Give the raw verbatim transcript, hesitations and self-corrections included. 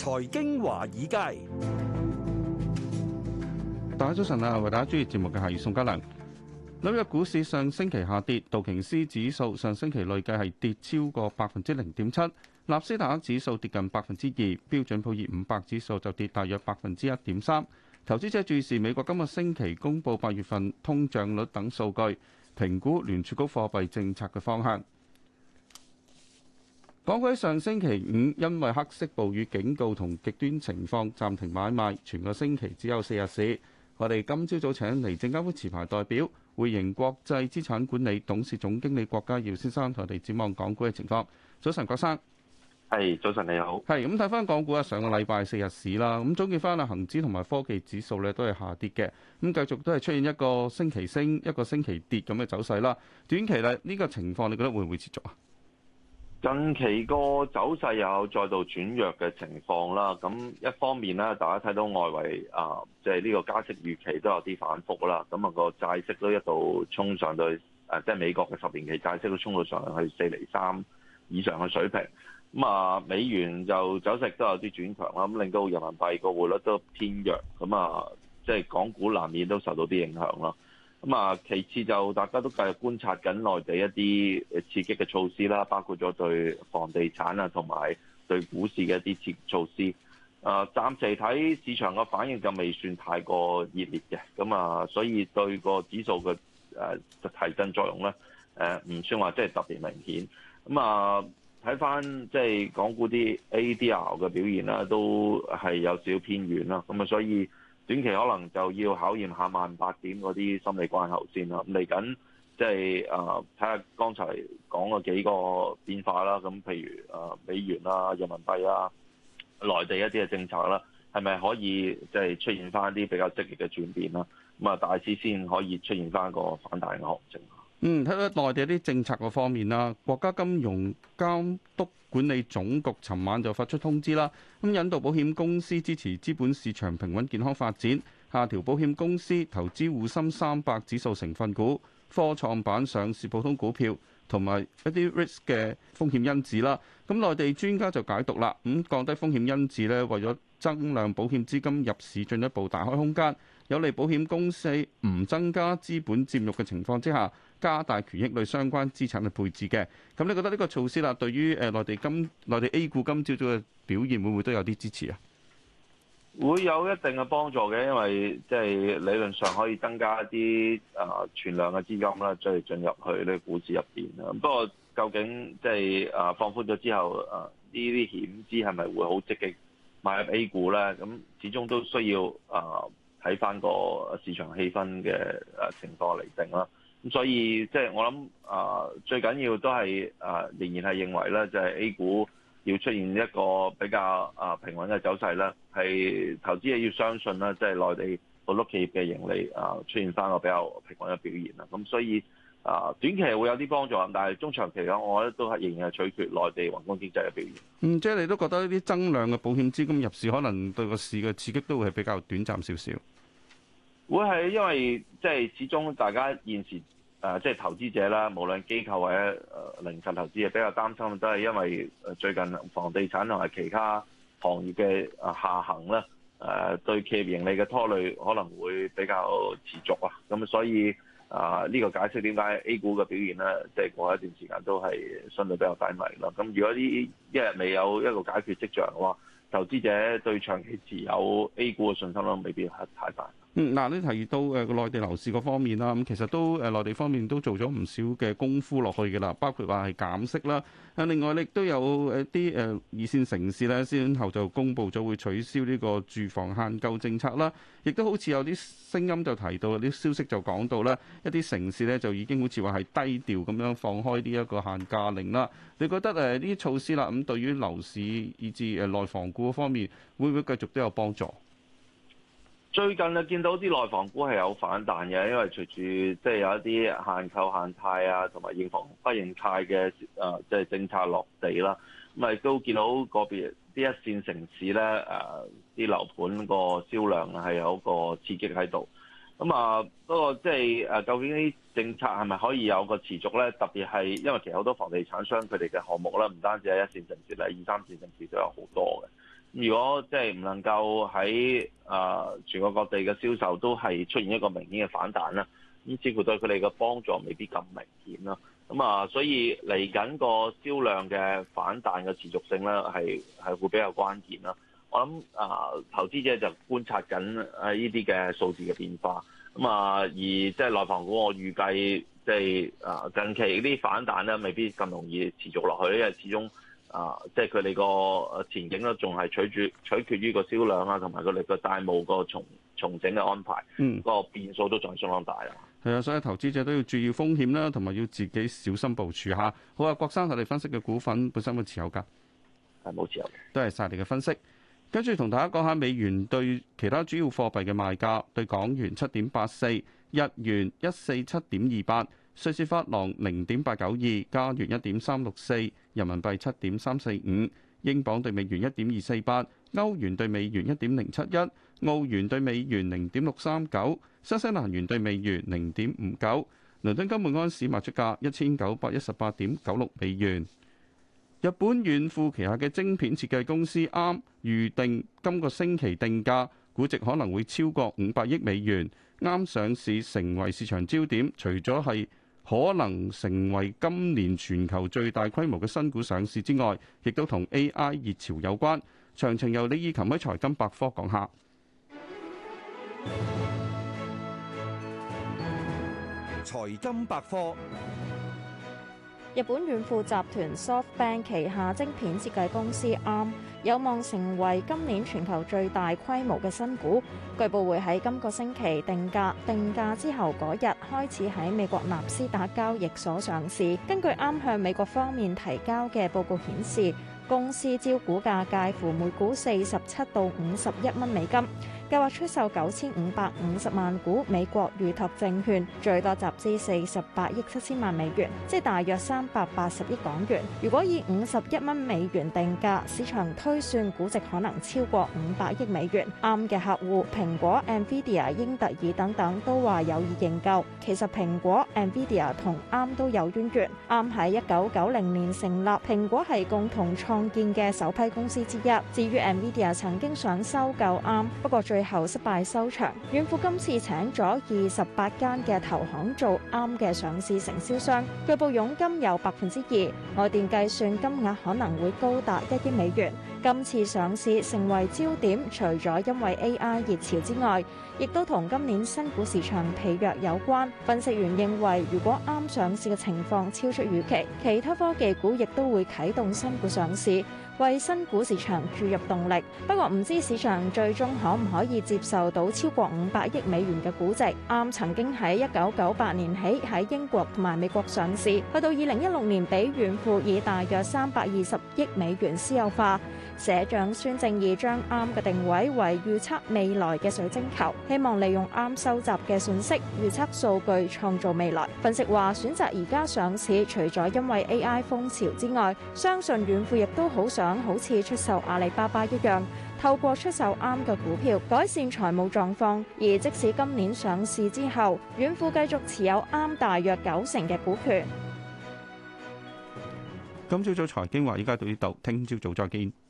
財經華爾街， 大家早晨啊！為大家主持節目嘅係宋嘉良。紐約股市上星期下跌，道瓊斯指數上星期累計係跌超過百分之零點七，納斯達克指數跌近百分之二，標準普爾五百指數就跌大約百分之一點三。投資者注視美國今個星期公佈八月份通脹率等數據，評估聯儲局貨幣政策嘅方向。港股喺上星期五因為黑色暴雨警告同極端情況暫停買賣，全個星期只有四日市。我哋今朝早請嚟證監會持牌代表匯盈國際資產管理董事總經理郭家耀先生同我哋展望港股嘅情況。早晨，郭生。 係，早晨你好。 係咁睇翻港股啊，上個禮拜四日市啦，咁總結翻啊，恒指同埋科技指數咧都係下跌嘅，咁繼續都係出現一個星期升一個星期跌咁嘅走勢啦。短期咧呢個情況，你覺得會唔會持續啊？ 近期個走勢有再度轉弱嘅情況啦。咁一方面咧，大家睇到外圍啊，即係呢個加息預期都有啲反覆啦。咁啊個債息都一度衝上到誒，即係美國嘅十年期債息都衝到上去四厘三以上嘅水平。咁啊，美元就走勢都有啲轉強啦，咁令到人民幣個匯率都偏弱。咁啊，即係港股難免都受到啲影響啦。咁啊，其次就大家都繼續觀察緊內地一啲刺激嘅措施啦，包括咗對房地產啊同埋對股市嘅一啲刺激措施。啊，暫時睇市場嘅反應就未算太過熱烈嘅，咁啊，所以對個指數嘅誒提振作用咧，誒唔算話即係特別明顯。咁啊，睇翻即係港股啲 A D R 嘅表現啦，都係有少少偏軟啦。咁啊，所以短期可能就要考驗下萬八點嗰啲心理關口先啦。咁嚟緊即係誒睇下剛才講嘅幾個變化啦。咁譬如誒美元啊、人民幣啊、內地一啲嘅政策啦，係咪可以即係出現翻啲比較積極嘅轉變啦？咁啊，大市先可以出現翻個反彈嘅行情。 嗯，睇到內地一啲政策個方面啦，國家金融監督管理總局尋晚就發出通知啦，咁引導保險公司支持資本市場平穩健康發展，下調保險公司投資滬深三百指數成分股、科創板上市普通股票同埋一啲 risk 嘅風險因子啦。咁內地專家就解讀啦，咁降低風險因子呢，為咗增量保險資金入市進一步大開空間，有利保險公司唔增加資本佔用嘅情況之下，加大權益類相關資產嘅配置嘅。咁你覺得呢個措施啦，對於誒內地今內地 A 股今朝早嘅表現會唔會都有啲支持啊？ 會有一定嘅幫助嘅，因為即係理論上可以增加一啲啊存量嘅資金啦，再進入去呢個股市入邊啊。不過究竟即係啊放寬咗之後啊，呢啲險資係咪會好積極買入 A 股咧？咁始終都需要啊睇翻個市場氣氛嘅誒情況嚟定啦。咁所以即係我諗啊，最緊要都係啊，仍然係認為咧，就係 A 股要出現一個比較啊平穩嘅走勢咧，係投資者要相信啦，即係內地好多企業嘅盈利啊出現翻個比較平穩嘅表現啦。咁所以啊，短期會有啲幫助，但係中長期咧，我覺得都係仍然係取決內地宏觀經濟嘅表現。 嗯，即係你都覺得呢啲增量嘅保險資金入市，可能對個市嘅刺激都會係比較短暫少少。 會係因為即係始終大家現時誒即係投資者啦，無論機構或者誒零售投資者比較擔心，都係因為誒最近房地產同埋其他行業嘅誒下行咧，誒對企業盈利嘅拖累可能會比較持續啊。咁所以啊呢個解釋點解 A 股嘅表現咧，即係過一段時間都係相對比較低迷啦。咁如果呢一日未有一個解決跡象嘅話，投資者對長期持有 A 股嘅信心咧，未必係太大。 嗯，嗱，你提到誒個內地樓市嗰方面啦，咁其實都誒內地方面都做咗唔少嘅功夫落去嘅啦，包括話係減息啦。誒另外，亦都有誒啲誒二線城市咧，先後就公布咗會取消呢個住房限購政策啦。亦都好似有啲聲音就提到，有啲消息就講到咧，一啲城市咧就已經好似話係低調咁樣放開呢一個限價令啦。你覺得誒呢啲措施啦，咁對於樓市以至誒內房股方面，會唔會繼續都有幫助？ 最近啊，見到啲內房股係有反彈嘅，因為隨住即係有一啲限購限貸啊，同埋認房不認貸嘅誒即係政策落地啦。咁亦都見到個別啲一線城市咧誒啲樓盤個銷量係有個刺激喺度。咁啊，不過即係誒，究竟啲政策係咪可以有個持續咧？特別係因為其實好多房地產商佢哋嘅項目咧，唔單止係一線城市咧，二三線城市都有好多嘅。 如果即係唔能夠喺誒全國各地嘅銷售都係出現一個明顯嘅反彈啦，咁似乎對佢哋嘅幫助未必咁明顯啦。咁啊，所以嚟緊個銷量嘅反彈嘅持續性咧，係係會比較關鍵啦。我諗啊，投資者就觀察緊誒呢啲嘅數字嘅變化。咁啊，而即係內房股，我預計即係啊近期啲反彈咧，未必咁容易持續落去，因為始終啊，即係佢哋個前景咧，仲係取決取決於個銷量啊，同埋佢哋個債務個重重整嘅安排， 嗯， 個變數都仲係相當大啊。 係啊，所以投資者都要注意風險啦，同埋要自己小心部署下。好啊，郭生，我哋分析嘅股份本身有冇持有㗎？ 係冇持有嘅。 多謝晒你嘅分析。跟住同大家講下美元對其他主要貨幣嘅賣價：對港元七點八四，日元一四七點二八，瑞士法郎零點八九二，加元一點三六四，人民幣七點三四五，英鎊對美元一點二四八，歐元對美元一點零七一，澳元對美元零點六三九，新西蘭元對美元零點五九。倫敦金每安士賣出價一千九百一十八點九六美元。日本軟富旗下嘅晶片設計公司啱預定今個星期定價，估值可能會超過五百億美元。啱上市成為市場焦點，除咗係可能成為今年全球最大規模嘅新股上市之外，亦都同 A I 熱潮有關。詳情由李以琴喺財金百科講下。 財金百科。 日本軟富集團 SoftBank 旗下晶片設計公司 A R M 有望成為今年全球最大規模嘅新股，據報會喺今個星期定價，定價之後嗰日開始喺美國納斯達交易所上市。根據 A R M 向美國方面提交嘅報告顯示，公司招股價介乎每股四十七到五十一蚊美金，計劃出售九千五百五十萬股美國預託證券，最多集資四十八億七千萬美元，即係大約三百八十億港元。如果以五十一蚊美元定價，市場推算估值可能超過五百億美元。啱嘅客戶蘋果、Nvidia、英特爾等等都話有意認購。其實蘋果、Nvidia 同啱都有淵源。啱喺一九九零年成立，蘋果係共同創建嘅首批公司之一。至於 Nvidia 曾經想收購啱，不過最後失敗收場。軟富今次請咗二十八間嘅投行做啱嘅上市承銷商，據報佣金有百分之二，外電計算金額可能會高達一億美元。今次上市成為焦點，除咗因為 A I 熱潮之外，亦都同今年新股市場疲弱有關。分析員認為，如果啱上市嘅情況超出預期，其他科技股亦都會啟動新股上市，為新股市場注入動力。不過唔知市場最終可唔可以接受到超過五百億美元嘅估值。啱曾經喺一九九八年起喺英國同埋美國上市，去到二零一六年俾軟富以大約三百二十億美元私有化。社長孫正義將啱嘅定位為預測未來嘅水晶球，希望利用啱收集嘅信息預測數據，創造未來。分析話選擇而家上市，除咗因為 A I 風潮之外，相信軟富亦都好想好似出售阿里巴巴一樣，透過出售啱嘅股票改善財務狀況。而即使今年上市之後，軟富繼續持有啱大約九成嘅股權。 今朝早財經話，依家到呢度，聽朝早再見。